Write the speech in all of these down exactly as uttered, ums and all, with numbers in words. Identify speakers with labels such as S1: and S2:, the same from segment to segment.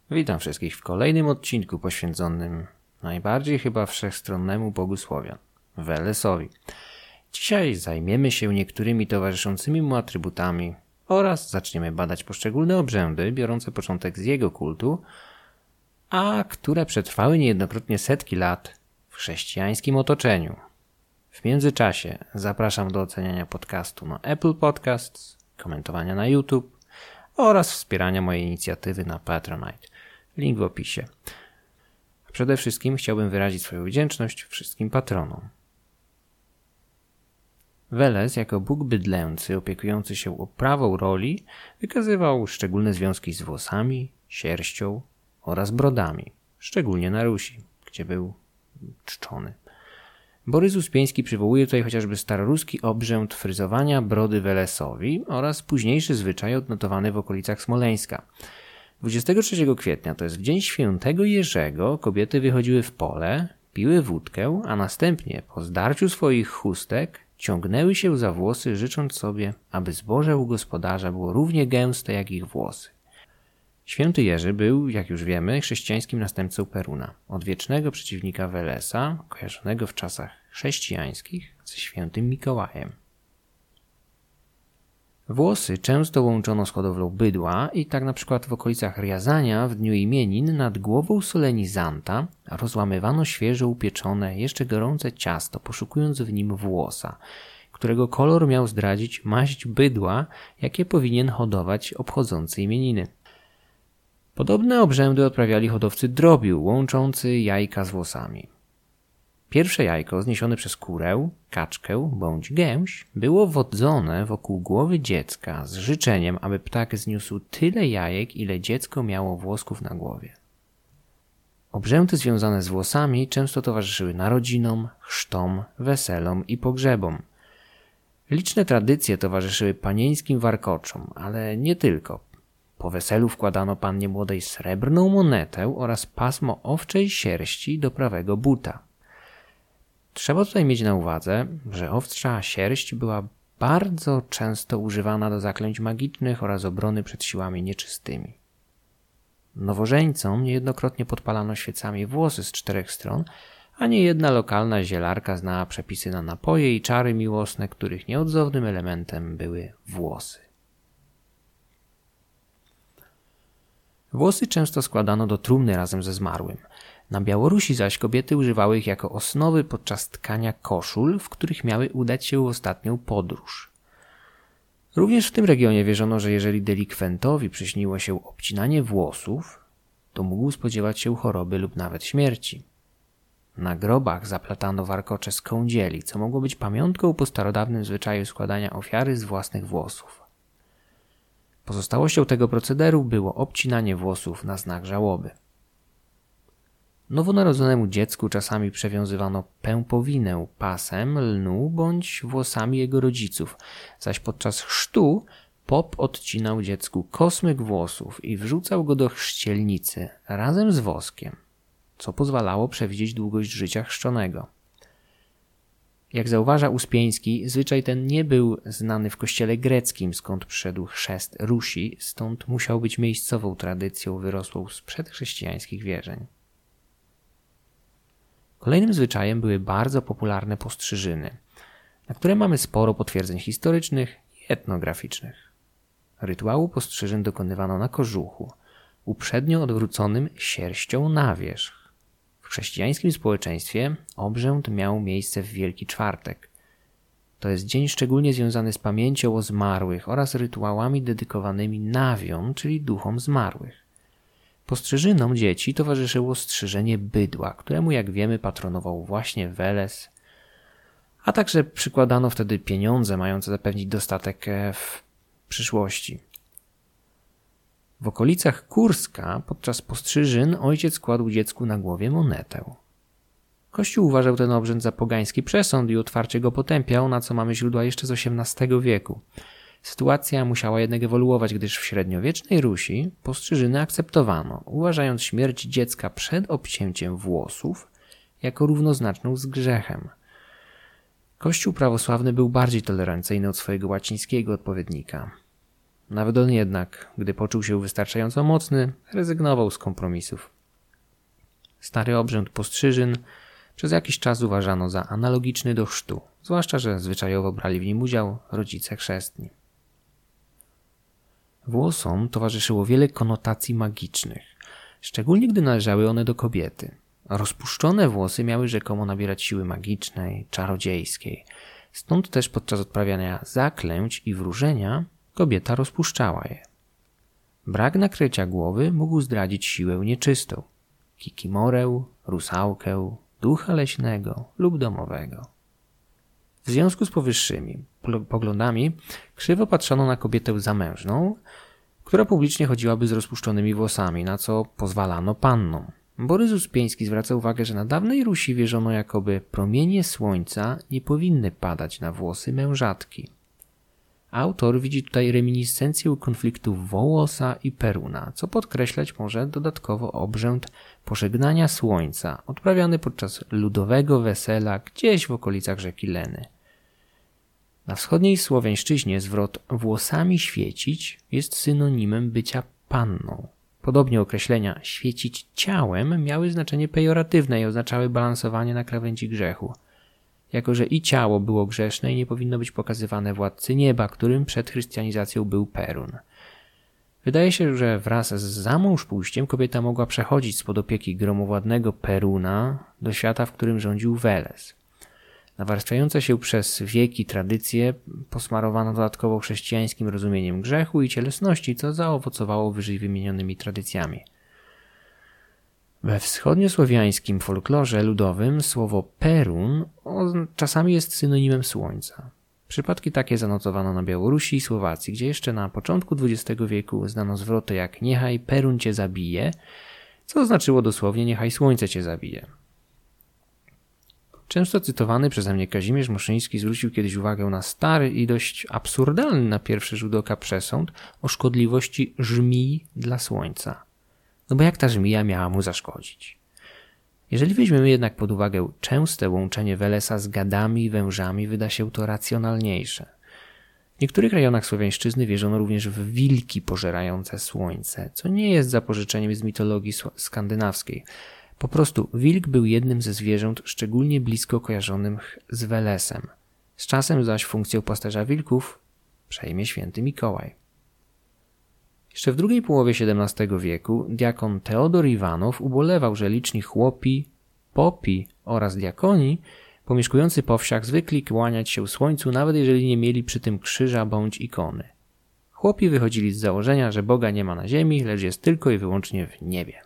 S1: Witam wszystkich w kolejnym odcinku poświęconym najbardziej chyba wszechstronnemu bogu Słowian, Velesowi. Dzisiaj zajmiemy się niektórymi towarzyszącymi mu atrybutami oraz zaczniemy badać poszczególne obrzędy biorące początek z jego kultu, a które przetrwały niejednokrotnie setki lat w chrześcijańskim otoczeniu. W międzyczasie zapraszam do oceniania podcastu na Apple Podcasts, komentowania na YouTube oraz wspierania mojej inicjatywy na Patronite. Link w opisie. Przede wszystkim chciałbym wyrazić swoją wdzięczność wszystkim patronom. Veles jako bóg bydlęcy opiekujący się oprawą roli wykazywał szczególne związki z włosami, sierścią oraz brodami, szczególnie na Rusi, gdzie był czczony. Borys Uspieński przywołuje tutaj chociażby staroruski obrzęd fryzowania brody Velesowi oraz późniejszy zwyczaj odnotowany w okolicach Smoleńska. dwudziestego trzeciego kwietnia, to jest w dzień świętego Jerzego, kobiety wychodziły w pole, piły wódkę, a następnie po zdarciu swoich chustek ciągnęły się za włosy, życząc sobie, aby zboże u gospodarza było równie gęste jak ich włosy. Święty Jerzy był, jak już wiemy, chrześcijańskim następcą Peruna, odwiecznego przeciwnika Velesa, kojarzonego w czasach chrześcijańskich ze świętym Mikołajem. Włosy często łączono z hodowlą bydła i tak na przykład w okolicach Riazania w dniu imienin nad głową solenizanta rozłamywano świeżo upieczone, jeszcze gorące ciasto, poszukując w nim włosa, którego kolor miał zdradzić maść bydła, jakie powinien hodować obchodzący imieniny. Podobne obrzędy odprawiali hodowcy drobiu, łączący jajka z włosami. Pierwsze jajko zniesione przez kurę, kaczkę bądź gęś było wodzone wokół głowy dziecka z życzeniem, aby ptak zniósł tyle jajek, ile dziecko miało włosków na głowie. Obrzędy związane z włosami często towarzyszyły narodzinom, chrztom, weselom i pogrzebom. Liczne tradycje towarzyszyły panieńskim warkoczom, ale nie tylko. Po weselu wkładano pannie młodej srebrną monetę oraz pasmo owczej sierści do prawego buta. Trzeba tutaj mieć na uwadze, że owcza sierść była bardzo często używana do zaklęć magicznych oraz obrony przed siłami nieczystymi. Nowożeńcom niejednokrotnie podpalano świecami włosy z czterech stron, a niejedna lokalna zielarka znała przepisy na napoje i czary miłosne, których nieodzownym elementem były włosy. Włosy często składano do trumny razem ze zmarłym. Na Białorusi zaś kobiety używały ich jako osnowy podczas tkania koszul, w których miały udać się w ostatnią podróż. Również w tym regionie wierzono, że jeżeli delikwentowi przyśniło się obcinanie włosów, to mógł spodziewać się choroby lub nawet śmierci. Na grobach zaplatano warkocze z kądzieli, co mogło być pamiątką po starodawnym zwyczaju składania ofiary z własnych włosów. Pozostałością tego procederu było obcinanie włosów na znak żałoby. Nowonarodzonemu dziecku czasami przewiązywano pępowinę pasem, lnu bądź włosami jego rodziców, zaś podczas chrztu pop odcinał dziecku kosmyk włosów i wrzucał go do chrzcielnicy razem z woskiem, co pozwalało przewidzieć długość życia chrzczonego. Jak zauważa Uspieński, zwyczaj ten nie był znany w kościele greckim, skąd przyszedł chrzest Rusi, stąd musiał być miejscową tradycją wyrosłą z przedchrześcijańskich wierzeń. Kolejnym zwyczajem były bardzo popularne postrzyżyny, na które mamy sporo potwierdzeń historycznych i etnograficznych. Rytuału postrzyżyn dokonywano na kożuchu, uprzednio odwróconym sierścią na wierzch. W chrześcijańskim społeczeństwie obrzęd miał miejsce w Wielki Czwartek. To jest dzień szczególnie związany z pamięcią o zmarłych oraz rytuałami dedykowanymi nawiom, czyli duchom zmarłych. Postrzyżynom dzieci towarzyszyło strzyżenie bydła, któremu, jak wiemy, patronował właśnie Veles, a także przykładano wtedy pieniądze mające zapewnić dostatek w przyszłości. W okolicach Kurska podczas postrzyżyn ojciec kładł dziecku na głowie monetę. Kościół uważał ten obrzęd za pogański przesąd i otwarcie go potępiał, na co mamy źródła jeszcze z osiemnastego wieku. Sytuacja musiała jednak ewoluować, gdyż w średniowiecznej Rusi postrzyżyny akceptowano, uważając śmierć dziecka przed obcięciem włosów jako równoznaczną z grzechem. Kościół prawosławny był bardziej tolerancyjny od swojego łacińskiego odpowiednika. Nawet on jednak, gdy poczuł się wystarczająco mocny, rezygnował z kompromisów. Stary obrzęd postrzyżyn przez jakiś czas uważano za analogiczny do chrztu, zwłaszcza że zwyczajowo brali w nim udział rodzice chrzestni. Włosom towarzyszyło wiele konotacji magicznych, szczególnie gdy należały one do kobiety. Rozpuszczone włosy miały rzekomo nabierać siły magicznej, czarodziejskiej. Stąd też podczas odprawiania zaklęć i wróżenia kobieta rozpuszczała je. Brak nakrycia głowy mógł zdradzić siłę nieczystą, kikimorę, rusałkę, ducha leśnego lub domowego. W związku z powyższymi poglądami krzywo patrzono na kobietę zamężną, która publicznie chodziłaby z rozpuszczonymi włosami, na co pozwalano pannom. Borys Uspieński zwraca uwagę, że na dawnej Rusi wierzono, jakoby promienie słońca nie powinny padać na włosy mężatki. Autor widzi tutaj reminiscencję konfliktu Wołosa i Peruna, co podkreślać może dodatkowo obrzęd pożegnania słońca, odprawiany podczas ludowego wesela gdzieś w okolicach rzeki Leny. Na wschodniej słowiańszczyźnie zwrot włosami świecić jest synonimem bycia panną. Podobnie określenia świecić ciałem miały znaczenie pejoratywne i oznaczały balansowanie na krawędzi grzechu. Jako że i ciało było grzeszne i nie powinno być pokazywane władcy nieba, którym przed chrystianizacją był Perun. Wydaje się, że wraz z zamążpójściem kobieta mogła przechodzić spod opieki gromowładnego Peruna do świata, w którym rządził Weles. Nawarstwiające się przez wieki tradycje posmarowano dodatkowo chrześcijańskim rozumieniem grzechu i cielesności, co zaowocowało wyżej wymienionymi tradycjami. We wschodniosłowiańskim folklorze ludowym słowo Perun czasami jest synonimem słońca. Przypadki takie zanotowano na Białorusi i Słowacji, gdzie jeszcze na początku dwudziestego wieku znano zwroty jak niechaj Perun cię zabije, co znaczyło dosłownie niechaj słońce cię zabije. Często cytowany przeze mnie Kazimierz Muszyński zwrócił kiedyś uwagę na stary i dość absurdalny na pierwszy rzut oka przesąd o szkodliwości żmij dla słońca. No bo jak ta żmija miała mu zaszkodzić? Jeżeli weźmiemy jednak pod uwagę częste łączenie Welesa z gadami i wężami, wyda się to racjonalniejsze. W niektórych rejonach słowiańszczyzny wierzono również w wilki pożerające słońce, co nie jest zapożyczeniem z mitologii skandynawskiej. Po prostu wilk był jednym ze zwierząt szczególnie blisko kojarzonych z Welesem. Z czasem zaś funkcję pasterza wilków przejmie święty Mikołaj. Jeszcze w drugiej połowie siedemnastego wieku diakon Teodor Iwanow ubolewał, że liczni chłopi, popi oraz diakoni pomieszkujący po wsiach zwykli kłaniać się słońcu, nawet jeżeli nie mieli przy tym krzyża bądź ikony. Chłopi wychodzili z założenia, że Boga nie ma na ziemi, lecz jest tylko i wyłącznie w niebie.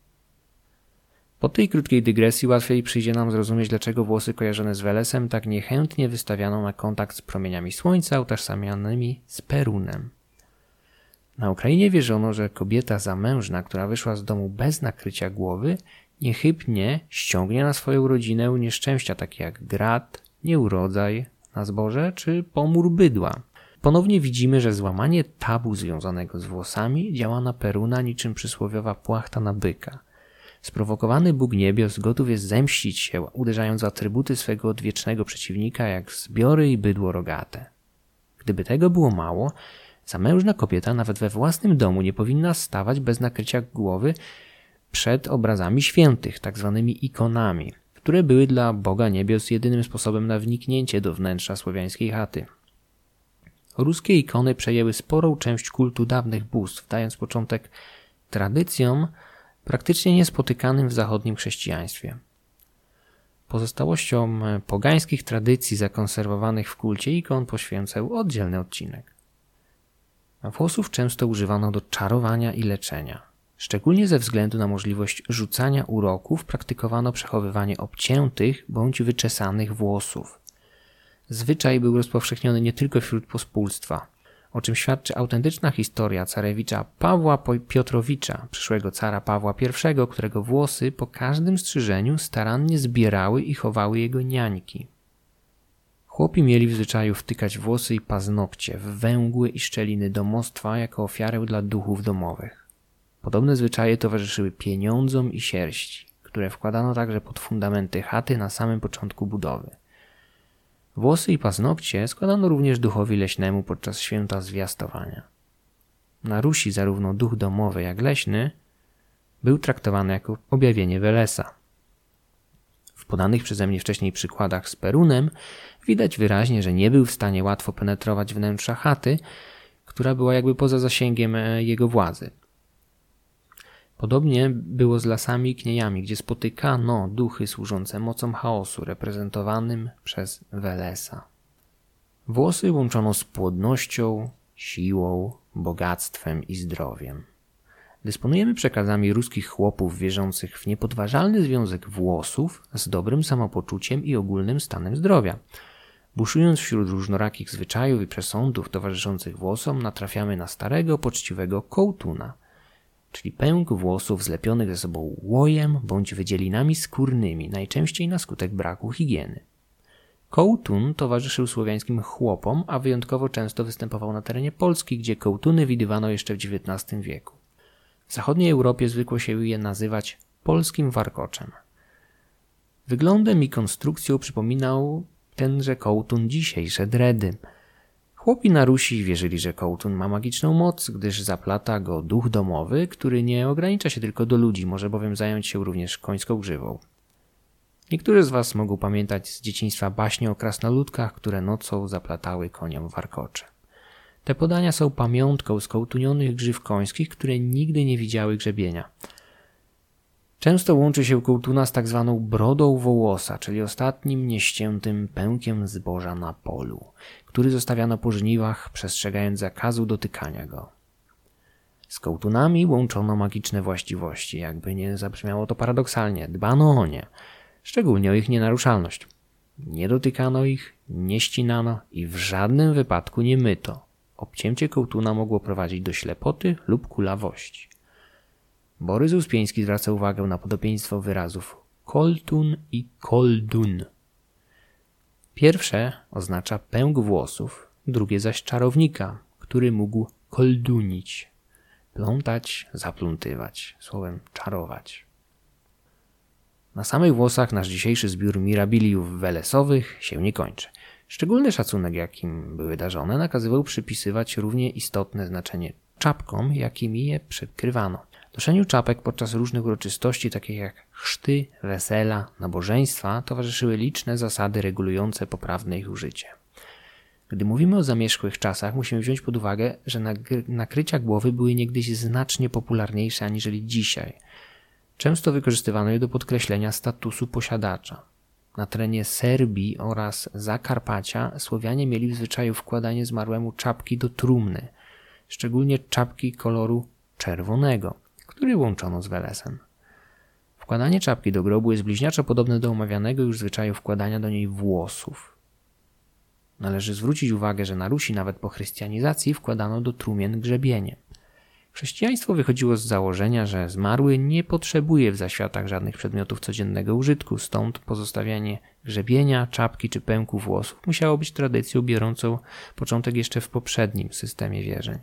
S1: Po tej krótkiej dygresji łatwiej przyjdzie nam zrozumieć, dlaczego włosy kojarzone z Welesem tak niechętnie wystawiano na kontakt z promieniami słońca utożsamianymi z Perunem. Na Ukrainie wierzono, że kobieta zamężna, która wyszła z domu bez nakrycia głowy, niechybnie ściągnie na swoją rodzinę nieszczęścia takie jak grat, nieurodzaj na zboże czy pomór bydła. Ponownie widzimy, że złamanie tabu związanego z włosami działa na Peruna niczym przysłowiowa płachta na byka. Sprowokowany Bóg niebios gotów jest zemścić się, uderzając w atrybuty swego odwiecznego przeciwnika jak zbiory i bydło rogate. Gdyby tego było mało, zamężna kobieta nawet we własnym domu nie powinna stawać bez nakrycia głowy przed obrazami świętych, tak zwanymi ikonami, które były dla Boga niebios jedynym sposobem na wniknięcie do wnętrza słowiańskiej chaty. Ruskie ikony przejęły sporą część kultu dawnych bóstw, dając początek tradycjom praktycznie niespotykanym w zachodnim chrześcijaństwie. Pozostałościom pogańskich tradycji zakonserwowanych w kulcie ikon poświęcę oddzielny odcinek. Włosów często używano do czarowania i leczenia. Szczególnie ze względu na możliwość rzucania uroków praktykowano przechowywanie obciętych bądź wyczesanych włosów. Zwyczaj był rozpowszechniony nie tylko wśród pospólstwa, o czym świadczy autentyczna historia carewicza Pawła Piotrowicza, przyszłego cara Pawła pierwszego, którego włosy po każdym strzyżeniu starannie zbierały i chowały jego niańki. Chłopi mieli w zwyczaju wtykać włosy i paznokcie w węgły i szczeliny domostwa jako ofiarę dla duchów domowych. Podobne zwyczaje towarzyszyły pieniądzom i sierści, które wkładano także pod fundamenty chaty na samym początku budowy. Włosy i paznokcie składano również duchowi leśnemu podczas święta zwiastowania. Na Rusi zarówno duch domowy jak leśny był traktowany jako objawienie Welesa. W podanych przeze mnie wcześniej przykładach z Perunem widać wyraźnie, że nie był w stanie łatwo penetrować wnętrza chaty, która była jakby poza zasięgiem jego władzy. Podobnie było z lasami i kniejami, gdzie spotykano duchy służące mocą chaosu, reprezentowanym przez Welesa. Włosy łączono z płodnością, siłą, bogactwem i zdrowiem. Dysponujemy przekazami ruskich chłopów wierzących w niepodważalny związek włosów z dobrym samopoczuciem i ogólnym stanem zdrowia. Buszując wśród różnorakich zwyczajów i przesądów towarzyszących włosom, natrafiamy na starego, poczciwego kołtuna, czyli pęk włosów zlepionych ze sobą łojem bądź wydzielinami skórnymi, najczęściej na skutek braku higieny. Kołtun towarzyszył słowiańskim chłopom, a wyjątkowo często występował na terenie Polski, gdzie kołtuny widywano jeszcze w dziewiętnastym wieku. W zachodniej Europie zwykło się je nazywać polskim warkoczem. Wyglądem i konstrukcją przypominał tenże kołtun dzisiejsze dredy. Chłopi na Rusi wierzyli, że kołtun ma magiczną moc, gdyż zaplata go duch domowy, który nie ogranicza się tylko do ludzi, może bowiem zająć się również końską grzywą. Niektórzy z was mogą pamiętać z dzieciństwa baśnie o krasnoludkach, które nocą zaplatały koniom warkocze. Te podania są pamiątką skołtunionych grzyw końskich, które nigdy nie widziały grzebienia. Często łączy się kołtuna z tak zwaną brodą wołosa, czyli ostatnim nieściętym pękiem zboża na polu, który zostawiano po żniwach, przestrzegając zakazu dotykania go. Z kołtunami łączono magiczne właściwości, jakby nie zabrzmiało to paradoksalnie, dbano o nie, szczególnie o ich nienaruszalność. Nie dotykano ich, nie ścinano i w żadnym wypadku nie myto. Obcięcie kołtuna mogło prowadzić do ślepoty lub kulawości. Borys Uspieński zwraca uwagę na podobieństwo wyrazów koltun i koldun. Pierwsze oznacza pęk włosów, drugie zaś czarownika, który mógł koldunić, plątać, zaplątywać, słowem czarować. Na samych włosach nasz dzisiejszy zbiór mirabiliów welesowych się nie kończy. Szczególny szacunek, jakim były darzone, nakazywał przypisywać równie istotne znaczenie czapkom, jakimi je przykrywano. Noszeniu czapek podczas różnych uroczystości, takich jak chrzty, wesela, nabożeństwa, towarzyszyły liczne zasady regulujące poprawne ich użycie. Gdy mówimy o zamierzchłych czasach, musimy wziąć pod uwagę, że nakrycia głowy były niegdyś znacznie popularniejsze aniżeli dzisiaj. Często wykorzystywano je do podkreślenia statusu posiadacza. Na terenie Serbii oraz Zakarpacia Słowianie mieli w zwyczaju wkładanie zmarłemu czapki do trumny, szczególnie czapki koloru czerwonego, który łączono z Welesem. Wkładanie czapki do grobu jest bliźniaczo podobne do omawianego już zwyczaju wkładania do niej włosów. Należy zwrócić uwagę, że na Rusi nawet po chrystianizacji wkładano do trumien grzebienie. Chrześcijaństwo wychodziło z założenia, że zmarły nie potrzebuje w zaświatach żadnych przedmiotów codziennego użytku, stąd pozostawianie grzebienia, czapki czy pęku włosów musiało być tradycją biorącą początek jeszcze w poprzednim systemie wierzeń.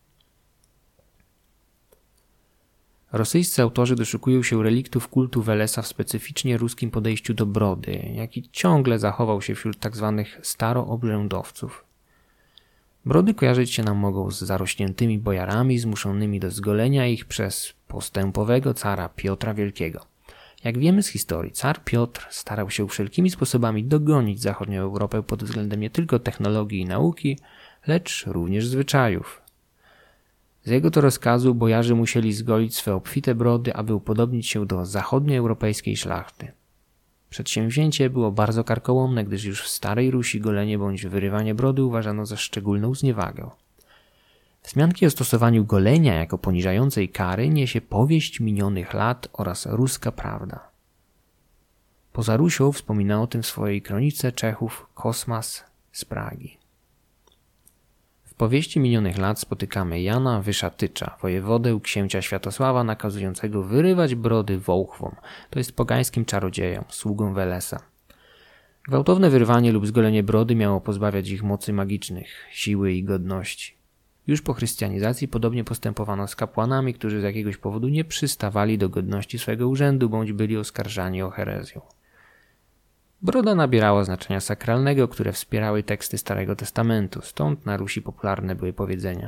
S1: Rosyjscy autorzy doszukują się reliktów kultu Welesa w specyficznie ruskim podejściu do brody, jaki ciągle zachował się wśród tzw. staroobrzędowców. Brody kojarzyć się nam mogą z zarośniętymi bojarami zmuszonymi do zgolenia ich przez postępowego cara Piotra Wielkiego. Jak wiemy z historii, car Piotr starał się wszelkimi sposobami dogonić zachodnią Europę pod względem nie tylko technologii i nauki, lecz również zwyczajów. Z jego to rozkazu bojarzy musieli zgolić swe obfite brody, aby upodobnić się do zachodnioeuropejskiej szlachty. Przedsięwzięcie było bardzo karkołomne, gdyż już w Starej Rusi golenie bądź wyrywanie brody uważano za szczególną zniewagę. Wzmianki o stosowaniu golenia jako poniżającej kary niesie powieść minionych lat oraz ruska prawda. Poza Rusią wspomina o tym w swojej kronice Czechów Kosmas z Pragi. W powieści minionych lat spotykamy Jana Wyszatycza, wojewodę księcia Światosława nakazującego wyrywać brody wołchwom, to jest pogańskim czarodziejom, sługom Welesa. Gwałtowne wyrwanie lub zgolenie brody miało pozbawiać ich mocy magicznych, siły i godności. Już po chrystianizacji podobnie postępowano z kapłanami, którzy z jakiegoś powodu nie przystawali do godności swego urzędu bądź byli oskarżani o herezję. Broda nabierała znaczenia sakralnego, które wspierały teksty Starego Testamentu, stąd na Rusi popularne były powiedzenia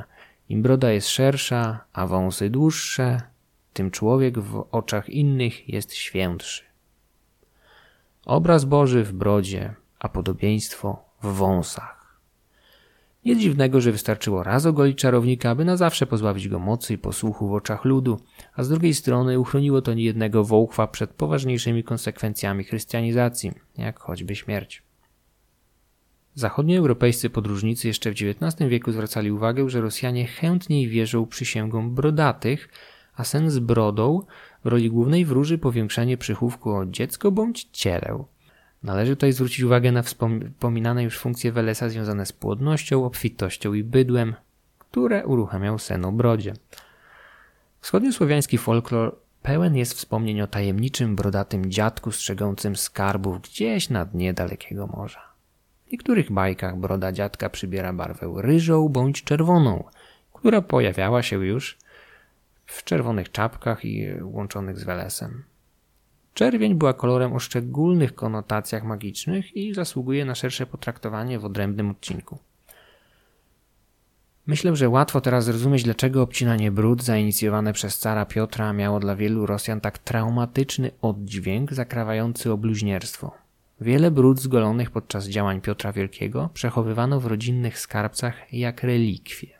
S1: Im broda jest szersza, a wąsy dłuższe, tym człowiek w oczach innych jest świętszy. Obraz Boży w brodzie, a podobieństwo w wąsach. Nic dziwnego, że wystarczyło raz ogolić czarownika, aby na zawsze pozbawić go mocy i posłuchu w oczach ludu, a z drugiej strony uchroniło to niejednego wołchwa przed poważniejszymi konsekwencjami chrystianizacji, jak choćby śmierć. Zachodnioeuropejscy podróżnicy jeszcze w dziewiętnastym wieku zwracali uwagę, że Rosjanie chętniej wierzą przysięgom brodatych, a sen z brodą w roli głównej wróży powiększenie przychówku o dziecko bądź cielę. Należy tutaj zwrócić uwagę na wspominane już funkcje Welesa związane z płodnością, obfitością i bydłem, które uruchamiał sen o brodzie. Wschodniosłowiański folklor pełen jest wspomnień o tajemniczym, brodatym dziadku strzegącym skarbów gdzieś na dnie dalekiego morza. W niektórych bajkach broda dziadka przybiera barwę ryżą bądź czerwoną, która pojawiała się już w czerwonych czapkach i łączonych z Welesem. Czerwień była kolorem o szczególnych konotacjach magicznych i zasługuje na szersze potraktowanie w odrębnym odcinku. Myślę, że łatwo teraz zrozumieć, dlaczego obcinanie bród zainicjowane przez cara Piotra miało dla wielu Rosjan tak traumatyczny oddźwięk zakrawający o bluźnierstwo. Wiele bród zgolonych podczas działań Piotra Wielkiego przechowywano w rodzinnych skarbcach jak relikwie.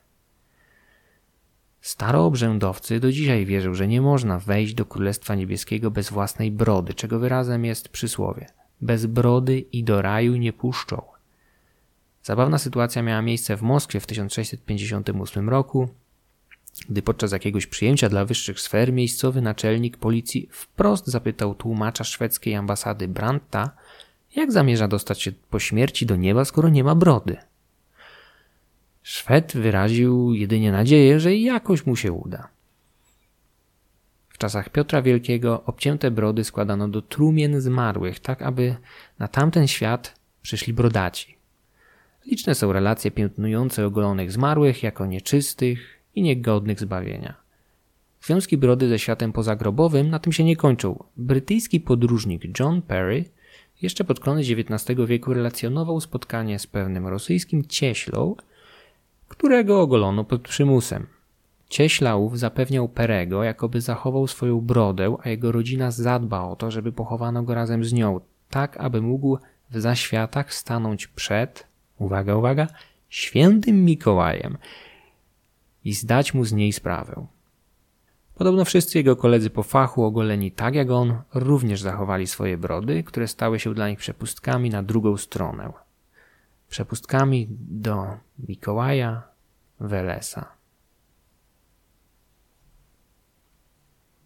S1: Staroobrzędowcy do dzisiaj wierzą, że nie można wejść do Królestwa Niebieskiego bez własnej brody, czego wyrazem jest przysłowie: bez brody i do raju nie puszczą. Zabawna sytuacja miała miejsce w Moskwie w tysiąc sześćset pięćdziesiątym ósmym roku, gdy podczas jakiegoś przyjęcia dla wyższych sfer miejscowy naczelnik policji wprost zapytał tłumacza szwedzkiej ambasady Brandta, jak zamierza dostać się po śmierci do nieba, skoro nie ma brody. Szwed wyraził jedynie nadzieję, że jakoś mu się uda. W czasach Piotra Wielkiego obcięte brody składano do trumien zmarłych, tak aby na tamten świat przyszli brodaci. Liczne są relacje piętnujące ogolonych zmarłych jako nieczystych i niegodnych zbawienia. Związki brody ze światem pozagrobowym na tym się nie kończą. Brytyjski podróżnik John Perry jeszcze pod koniec dziewiętnastego wieku relacjonował spotkanie z pewnym rosyjskim cieślą, którego ogolono pod przymusem. Cieśla ów zapewniał Perego, jakoby zachował swoją brodę, a jego rodzina zadba o to, żeby pochowano go razem z nią, tak aby mógł w zaświatach stanąć przed, uwaga, uwaga, świętym Mikołajem i zdać mu z niej sprawę. Podobno wszyscy jego koledzy po fachu, ogoleni tak jak on, również zachowali swoje brody, które stały się dla nich przepustkami na drugą stronę. Przepustkami do Mikołaja Welesa.